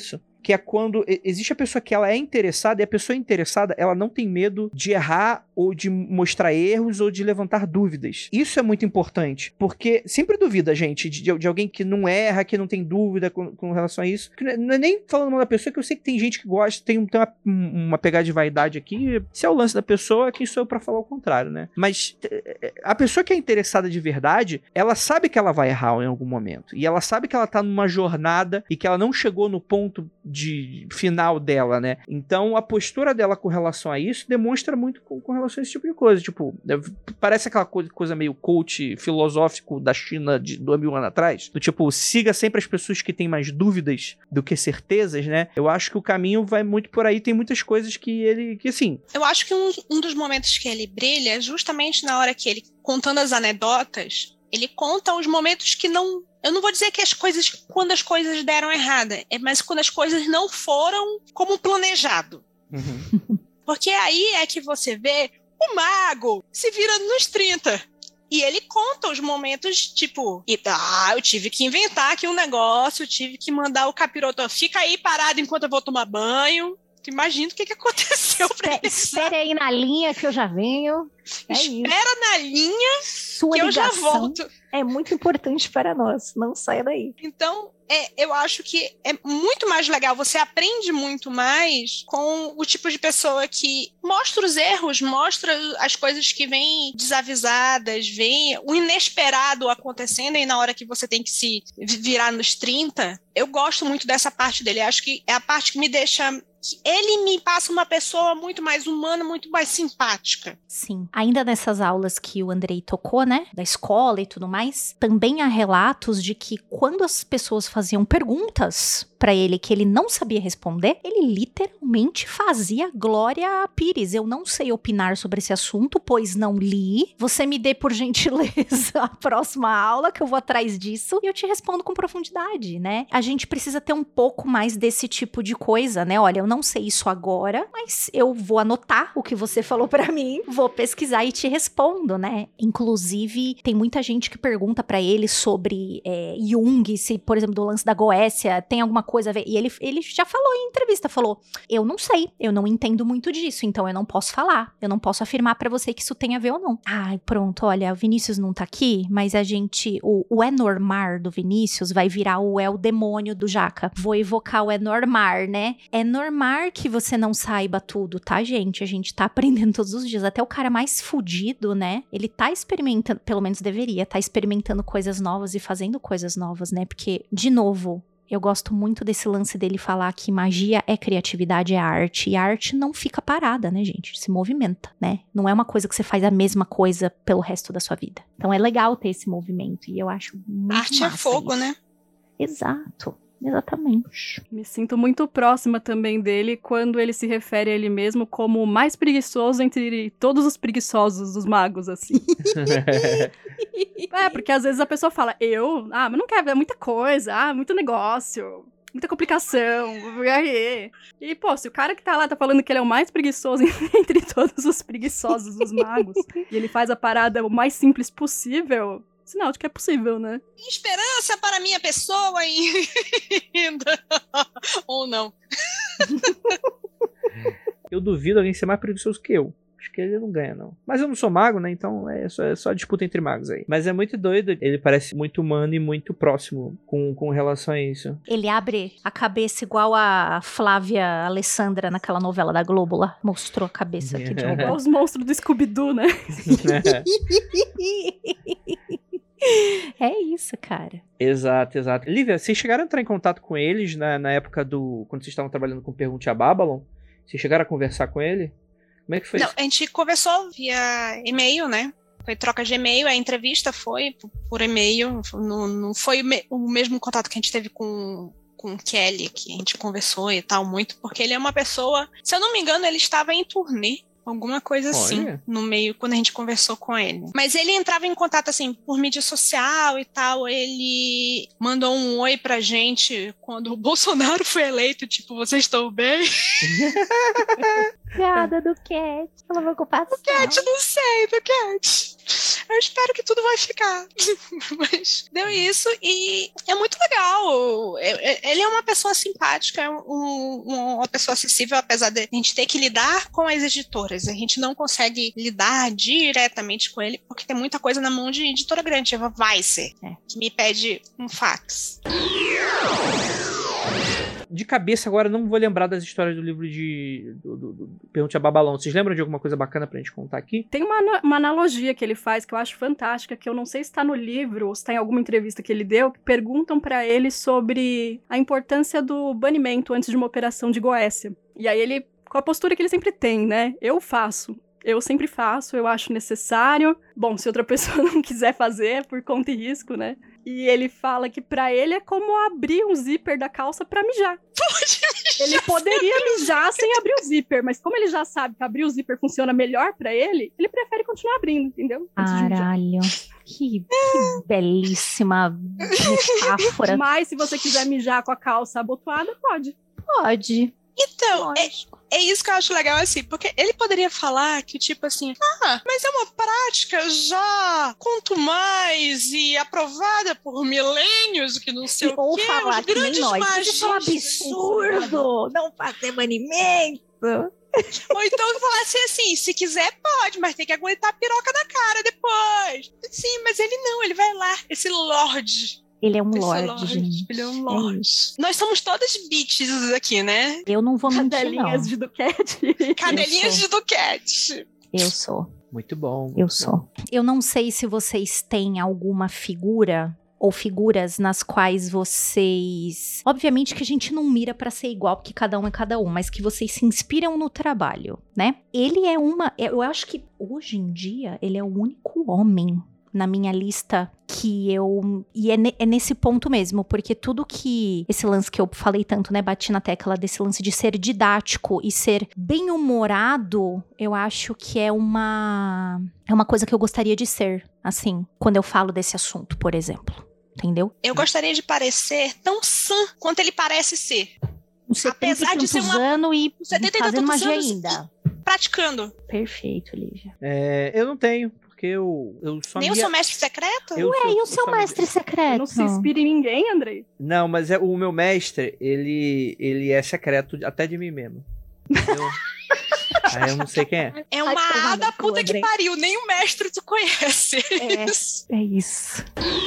que é quando existe a pessoa que ela é interessada, e a pessoa interessada, ela não tem medo de errar ou de mostrar erros ou de levantar dúvidas. Isso é muito importante, porque sempre duvida, gente, de alguém que não erra, que não tem dúvida com relação a isso. Não é nem falando mal da pessoa, que eu sei que tem gente que gosta, tem uma pegada de vaidade aqui. Se é o lance da pessoa, quem sou eu pra falar o contrário, né? Mas a pessoa que é interessada de verdade, ela sabe que ela vai errar em algum momento. E ela sabe que ela tá numa jornada e que ela não chegou no ponto de final dela, né? Então, a postura dela com relação a isso demonstra muito com relação a esse tipo de coisa. Tipo, parece aquela coisa meio coach filosófico da China de 2000 anos atrás. Do tipo, siga sempre as pessoas que têm mais dúvidas do que certezas, né? Eu acho que o caminho vai muito por aí. Tem muitas coisas que assim... Eu acho que um dos momentos que ele brilha é justamente na hora que ele, contando as anedotas, ele conta os momentos que não... Eu não vou dizer que quando as coisas deram errada, mas quando as coisas não foram como planejado. Uhum. Porque aí é que você vê o mago se vira nos 30. E ele conta os momentos, tipo, eu tive que inventar aqui um negócio, eu tive que mandar o capiroto, fica aí parado enquanto eu vou tomar banho. Imagina o que aconteceu pra ele. Espere aí na linha que eu já venho. Espera na linha Sua que ligação eu já volto. É muito importante para nós. Não saia daí. Então, eu acho que é muito mais legal. Você aprende muito mais com o tipo de pessoa que mostra os erros, mostra as coisas que vêm desavisadas, vem o inesperado acontecendo e na hora que você tem que se virar nos 30. Eu gosto muito dessa parte dele. Acho que é a parte que me deixa... Ele me passa uma pessoa muito mais humana, muito mais simpática. Sim. Ainda nessas aulas que o Andrei tocou, né? Da escola e tudo mais, também há relatos de que quando as pessoas faziam perguntas pra ele que ele não sabia responder, ele literalmente fazia Glória Pires. Eu não sei opinar sobre esse assunto, pois não li. Você me dê, por gentileza, a próxima aula, que eu vou atrás disso, e eu te respondo com profundidade, né? A gente precisa ter um pouco mais desse tipo de coisa, né? Olha, eu não sei isso agora, mas eu vou anotar o que você falou pra mim, vou pesquisar e te respondo, né? Inclusive, tem muita gente que pergunta pra ele sobre Jung, se, por exemplo, do lance da Goécia, tem alguma coisa a ver. E ele já falou em entrevista, falou, eu não sei, eu não entendo muito disso, então eu não posso falar, eu não posso afirmar pra você que isso tem a ver ou não. Ai, pronto, olha, o Vinícius não tá aqui, mas a gente, o Enormar do Vinícius vai virar o demônio do Jaca. Vou evocar o Enormar, né? É normal que você não saiba tudo, tá, gente? A gente tá aprendendo todos os dias. Até o cara mais fudido, né? Ele tá experimentando, pelo menos deveria, tá experimentando coisas novas e fazendo coisas novas, né? Porque, de novo, eu gosto muito desse lance dele falar que magia é criatividade, é arte. E a arte não fica parada, né, gente? Se movimenta, né? Não é uma coisa que você faz a mesma coisa pelo resto da sua vida. Então é legal ter esse movimento. E eu acho muito arte é fogo, isso. né? Exato. Exatamente. Me sinto muito próxima também dele quando ele se refere a ele mesmo como o mais preguiçoso entre todos os preguiçosos dos magos, assim. Porque às vezes a pessoa fala, mas não quero ver muita coisa, muito negócio, muita complicação. E, pô, se o cara que tá lá tá falando que ele é o mais preguiçoso entre todos os preguiçosos dos magos, e ele faz a parada o mais simples possível... Sinal de que é possível, né? Esperança para minha pessoa ainda. Ou não. Eu duvido alguém ser mais preguiçoso que eu. Acho que ele não ganha, não. Mas eu não sou mago, né? Então é só disputa entre magos aí. Mas é muito doido. Ele parece muito humano e muito próximo com relação a isso. Ele abre a cabeça igual a Flávia Alessandra naquela novela da Globo lá. Mostrou a cabeça aqui de igual os monstros do Scooby-Doo, né? É isso, cara. Exato. Lívia, vocês chegaram a entrar em contato com eles na época quando vocês estavam trabalhando com Pergunte a Babylon? Vocês chegaram a conversar com ele? Como é que foi isso? Não, a gente conversou via e-mail, né? Foi troca de e-mail, a entrevista foi por e-mail, não foi o mesmo contato que a gente teve com o Kelly, que a gente conversou e tal, muito, porque ele é uma pessoa, se eu não me engano, ele estava em turnê, alguma coisa assim, no meio, quando a gente conversou com ele. Mas ele entrava em contato, assim, por mídia social e tal, ele mandou um oi pra gente quando o Bolsonaro foi eleito, tipo, vocês estão bem? Piada do Cat, ela vai ocupar do Cat, não sei, do Cat. Eu espero que tudo vai ficar. Mas deu isso e é muito legal. Ele é uma pessoa simpática, uma pessoa acessível, apesar de a gente ter que lidar com as editoras. A gente não consegue lidar diretamente com ele, porque tem muita coisa na mão de editora grande, a Weisser, que me pede um fax. De cabeça agora não vou lembrar das histórias do livro do Pergunte a Babalão. Vocês lembram de alguma coisa bacana pra gente contar aqui? Tem uma analogia que ele faz que eu acho fantástica, que eu não sei se tá no livro ou se tá em alguma entrevista que ele deu, que perguntam pra ele sobre a importância do banimento antes de uma operação de Goécia. E aí ele, com a postura que ele sempre tem, né? Eu sempre faço, eu acho necessário. Bom, se outra pessoa não quiser fazer, é por conta e risco, né? E ele fala que pra ele é como abrir um zíper da calça pra mijar. Ele poderia mijar sem abrir o zíper, mas como ele já sabe que abrir o zíper funciona melhor pra ele, ele prefere continuar abrindo, entendeu? Caralho. Que belíssima metáfora. Mas se você quiser mijar com a calça abotoada, pode. Pode. Então, é isso que eu acho legal, assim, porque ele poderia falar que, tipo assim, mas é uma prática já contumaz e aprovada por milênios, que não sei ou o quê, falar os que nem grandes nós. magistas. Isso é um absurdo, não fazer banimento. Ou então falasse assim, se quiser pode, mas tem que aguentar a piroca na cara depois. Sim, mas ele não, ele vai lá, esse lorde. Ele é um lorde, gente. Ele é um lorde. Nós somos todas bitches aqui, né? Eu não vou mentir, não. Cadelinhas de Duquette. Cadelinhas de Duquette. Eu sou. Muito bom. Eu sou. Eu não sei se vocês têm alguma figura ou figuras nas quais vocês... Obviamente que a gente não mira pra ser igual, porque cada um é cada um, mas que vocês se inspiram no trabalho, né? Ele é uma... Eu acho que hoje em dia ele é o único homem na minha lista que eu... E é nesse ponto mesmo, porque tudo que... Esse lance que eu falei tanto, né? Bati na tecla desse lance de ser didático e ser bem-humorado, eu acho que é uma coisa que eu gostaria de ser, assim, quando eu falo desse assunto, por exemplo. Entendeu? Eu gostaria de parecer tão sã quanto ele parece ser. Apesar de ser anos e fazendo magia ainda. Praticando. Perfeito, Lívia. Eu não tenho, porque eu só... Nem o seu mestre secreto? E o seu mestre secreto? Não se inspira em ninguém, Andrei? Não, mas o meu mestre, ele é secreto até de mim mesmo. Aí eu não sei quem é. É uma da puta que pariu, nem o mestre tu conhece. É isso.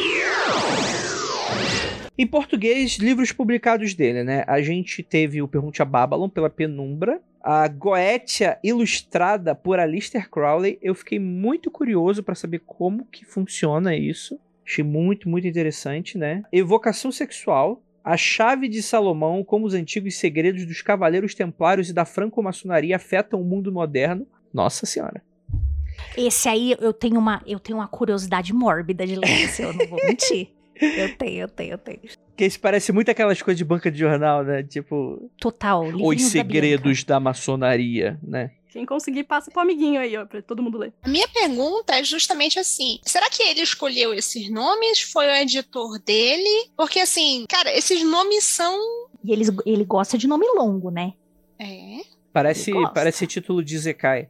Em português, livros publicados dele, né? A gente teve o Pergunte a Babylon pela Penumbra, a Goetia ilustrada por Aleister Crowley. Eu fiquei muito curioso para saber como que funciona isso. Achei muito, muito interessante, né? Evocação Sexual, A Chave de Salomão, como os antigos segredos dos Cavaleiros Templários e da Franco-Maçonaria afetam o mundo moderno. Nossa Senhora. Esse aí eu tenho uma curiosidade mórbida de ler esse, eu não vou mentir. Eu tenho. Que esse parece muito aquelas coisas de banca de jornal, né? Tipo... Total. Os segredos da maçonaria, né? Quem conseguir, passa pro amiguinho aí, ó, pra todo mundo ler. A minha pergunta é justamente assim, será que ele escolheu esses nomes? Foi o editor dele? Porque assim, cara, esses nomes são... E ele gosta de nome longo, né? É... Parece título de Zekai.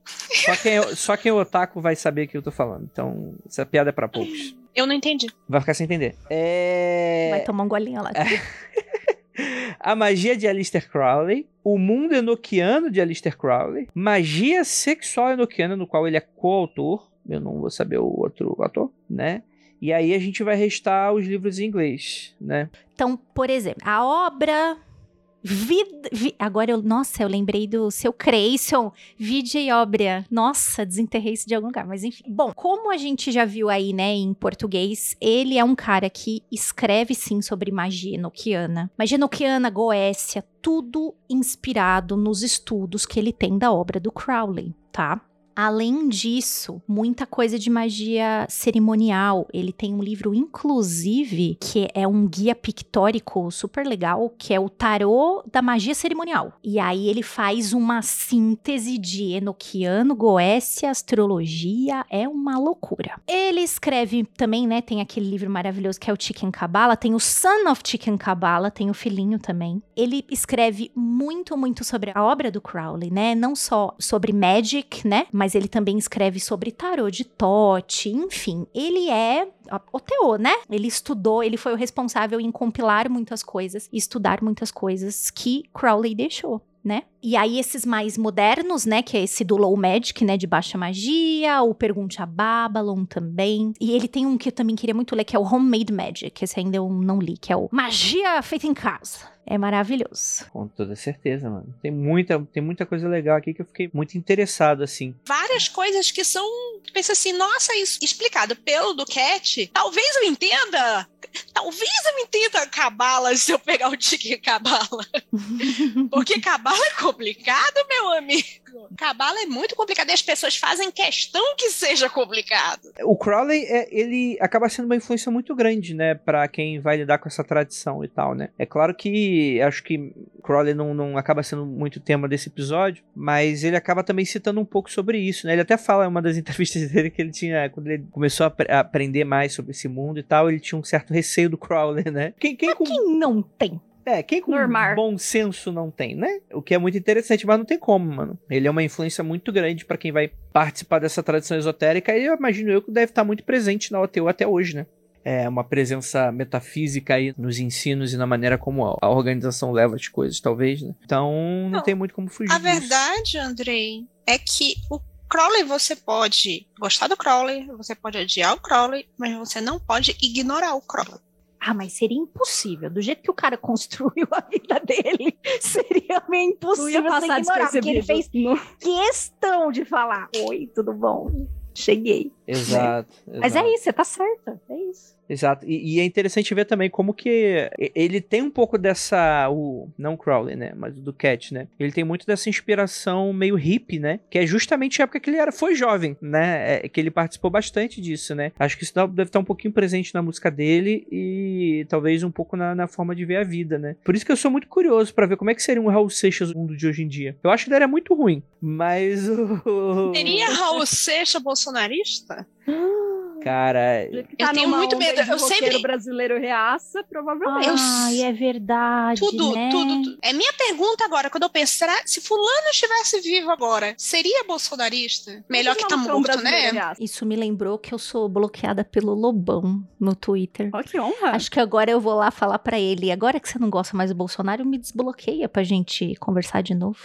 Só quem é otaku vai saber o que eu tô falando. Então, essa piada é pra poucos. Eu não entendi. Vai ficar sem entender. Vai tomar um golinho lá. A Magia de Aleister Crowley, O Mundo Enoquiano de Aleister Crowley, Magia Sexual Enoquiana, no qual ele é coautor. Eu não vou saber o outro autor, né? E aí a gente vai restar os livros em inglês, né? Então, por exemplo, a obra... Agora eu lembrei do seu Creyson, Vide Obra. Nossa, desenterrei isso de algum lugar, mas enfim. Bom, como a gente já viu aí, né, em português, ele é um cara que escreve sim sobre magia enoquiana. Magia enoquiana, Goécia, tudo inspirado nos estudos que ele tem da obra do Crowley, tá? Além disso, muita coisa de magia cerimonial. Ele tem um livro, inclusive, que é um guia pictórico super legal, que é o Tarô da Magia Cerimonial. E aí ele faz uma síntese de enoquiano, Goécia, astrologia, é uma loucura. Ele escreve também, né, tem aquele livro maravilhoso que é o Chicken Kabbalah, tem o Son of Chicken Kabbalah, tem o filhinho também. Ele escreve muito, muito sobre a obra do Crowley, né, não só sobre magic, né, mas mas ele também escreve sobre tarô de Thoth, enfim, ele é o Teô, né? Ele estudou, ele foi o responsável em compilar muitas coisas e estudar muitas coisas que Crowley deixou, né? E aí esses mais modernos, né, que é esse do Low Magic, né, de baixa magia, o Pergunte a Babylon também. E ele tem um que eu também queria muito ler, que é o Homemade Magic, esse ainda eu não li, que é o Magia Feita em Casa. É maravilhoso. Com toda certeza, mano. Tem muita coisa legal aqui que eu fiquei muito interessado, assim. Várias coisas que são... Pensa assim, nossa, isso explicado pelo Duquette, talvez eu entenda a Cabala se eu pegar o Tique Cabala. Porque Cabala é complicado, meu amigo. Cabala é muito complicado e as pessoas fazem questão que seja complicado. O Crowley, ele acaba sendo uma influência muito grande, né, pra quem vai lidar com essa tradição e tal, né. É claro que acho que Crowley não acaba sendo muito tema desse episódio, mas ele acaba também citando um pouco sobre isso, né. Ele até fala em uma das entrevistas dele que ele tinha, quando ele começou a aprender mais sobre esse mundo e tal, ele tinha um certo receio do Crowley, né. Quem não tem? Quem com bom senso não tem, né? O que é muito interessante, mas não tem como, mano. Ele é uma influência muito grande pra quem vai participar dessa tradição esotérica e eu imagino que deve estar muito presente na OTU até hoje, né? É uma presença metafísica aí nos ensinos e na maneira como a organização leva as coisas, talvez, né? Então, não tem muito como fugir disso. Verdade, Andrei, é que o Crowley, você pode gostar do Crowley, você pode odiar o Crowley, mas você não pode ignorar o Crowley. Ah, mas seria impossível. Do jeito que o cara construiu a vida dele, seria meio impossível passar sem ignorar. Porque ele fez no... questão de falar: oi, tudo bom? Cheguei. Exato. Mas é isso, você tá certa. É isso. Exato. E é interessante ver também como que ele tem um pouco dessa... não o Crowley, né? Mas o Duquette, né? Ele tem muito dessa inspiração meio hippie, né? Que é justamente a época que ele foi jovem, né? Que ele participou bastante disso, né? Acho que isso deve estar um pouquinho presente na música dele e talvez um pouco na forma de ver a vida, né? Por isso que eu sou muito curioso pra ver como é que seria um Raul Seixas no mundo de hoje em dia. Eu acho que ele era muito ruim, mas... Seria Raul Seixas bolsonarista? Cara, eu tenho muito medo. Eu sempre brasileiro reaça, provavelmente. Ai, é verdade. Tudo. Né? É minha pergunta agora, quando eu penso, se fulano estivesse vivo agora, seria bolsonarista? Melhor que tá morto, né? Isso me lembrou que eu sou bloqueada pelo Lobão no Twitter. Ó, que honra. Acho que agora eu vou lá falar pra ele. Agora que você não gosta mais do Bolsonaro, me desbloqueia pra gente conversar de novo.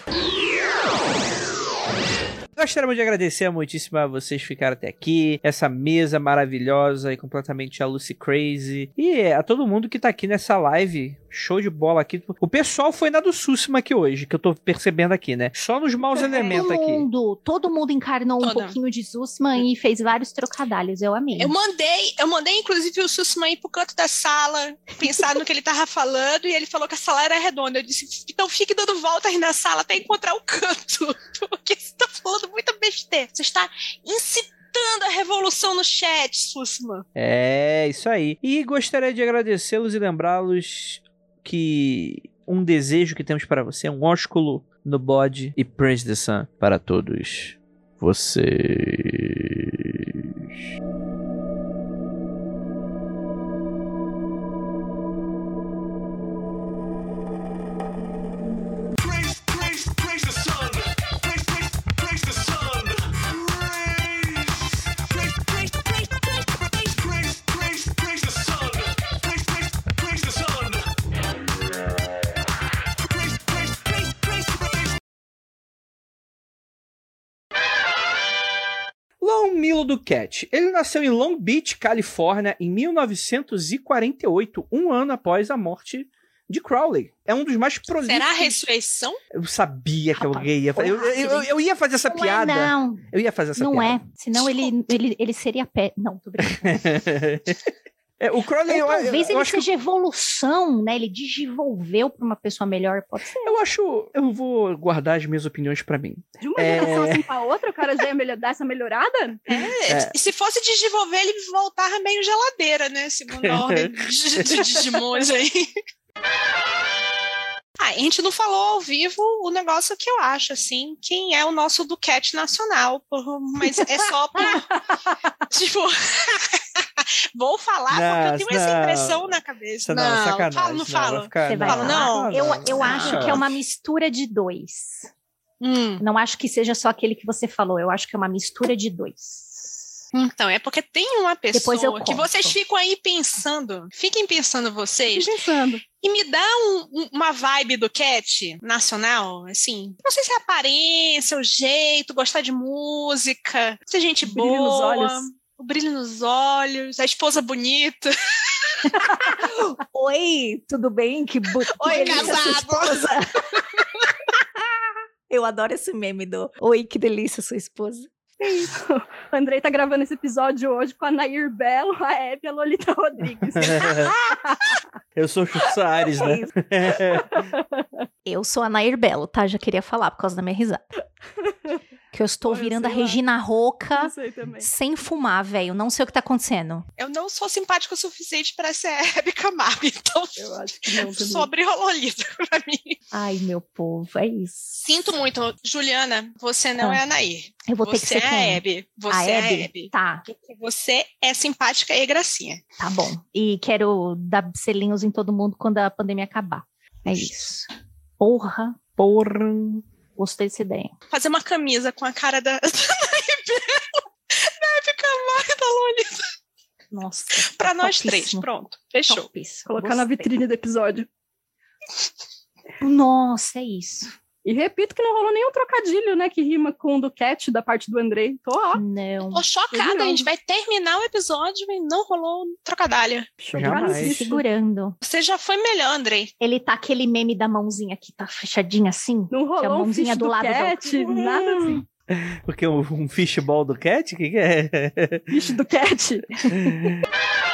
Gostaríamos de agradecer muitíssimo a vocês que ficaram até aqui, essa mesa maravilhosa e completamente a Lucy Crazy, e a todo mundo que tá aqui nessa live, show de bola aqui. O pessoal foi na do Sussima aqui hoje, que eu tô percebendo aqui, né? Só nos maus elementos aqui. Todo mundo encarnou um pouquinho de Sussima e fez vários trocadalhos, eu amei. Eu mandei inclusive o Sussima ir pro canto da sala, pensar no que ele tava falando, e ele falou que a sala era redonda. Eu disse, então fique dando volta aí na sala até encontrar o canto, porque você tá falando muita besteira. Você está incitando a revolução no chat, Sussima. É, isso aí. E gostaria de agradecê-los e lembrá-los que um desejo que temos para você é um ósculo no bode e praise the sun para todos vocês. Lon Milo Duquette. Ele nasceu em Long Beach, Califórnia, em 1948, um ano após a morte de Crowley. É um dos mais prolíficos... Será a ressurreição? Eu sabia que alguém ia fazer. Eu ia fazer essa piada. Não. Eu ia fazer essa piada. Não é. Senão ele seria pé. Não, tô brincando. O Crowley, talvez ele acho seja evolução, né? Ele digivolveu pra uma pessoa melhor, pode ser. Eu vou guardar as minhas opiniões pra mim. De uma geração assim pra outra, o cara já ia dar essa melhorada? E se fosse digivolver, ele voltava meio geladeira, né? Segundo a ordem de Digimons aí. A gente não falou ao vivo o negócio que eu acho, assim, quem é o nosso Duquette nacional, mas é só por... tipo... Vou falar porque eu tenho essa impressão na cabeça. Sacanagem. Não falo. Você vai falar? Eu acho que é uma mistura de dois. Não acho que seja só aquele que você falou, eu acho que é uma mistura de dois. Então, é porque tem uma Depois eu pessoa que conto. vocês ficam aí pensando, fiquem pensando vocês, Pensando. e me dá uma vibe do Cat nacional, assim, não sei se é a aparência, o jeito, gostar de música, ser gente boa, Brilho nos olhos. o brilho nos olhos, a esposa bonita. Oi, tudo bem? Oi, delícia, sua casado. esposa. Eu adoro esse meme do Oi, que delícia, sua esposa. O Andrei tá gravando esse episódio hoje com a Nair Belo, a Hebe e a Lolita Rodrigues. Eu sou o Chuchu Soares, né? Eu sou a Nair Belo, tá? Já queria falar por causa da minha risada. Que eu estou Eu virando a sei lá. Regina Roca Não sei também. sem fumar, velho. Não sei o que tá acontecendo. Eu não sou simpática o suficiente para ser a Hebe Camargo, então Eu acho que não também. sobre a Lolita pra mim. Ai, meu povo, é isso. Sinto muito, Juliana, você não é a Nair. Eu vou ter que Você ser é a quem? Hebe. Você é a Hebe. Tá, Porque você é simpática e gracinha. tá bom. E quero dar selinhos em todo mundo quando a pandemia acabar. É isso. Porra, gostei dessa ideia. Fazer uma camisa com a cara da Nair Belo, da Hebe Camargo e da Lolita. Nossa. Pra nós topíssimo. três, pronto. Fechou. Topíssimo. Colocar na Gostei. vitrine do episódio. Nossa, é isso. E repito que não rolou nenhum trocadilho, né? Que rima com o do Cat da parte do Andrei. Tô, ó. Não. Tô chocada, a gente vai terminar o episódio e não rolou trocadalho. Jamais. Segurando. Você já foi melhor, Andrei. Ele tá aquele meme da mãozinha que tá fechadinha assim. Não Que a rolou um mãozinha fish do do lado Cat, nada assim. Porque um fishball do Cat? O que é? Fish do Cat.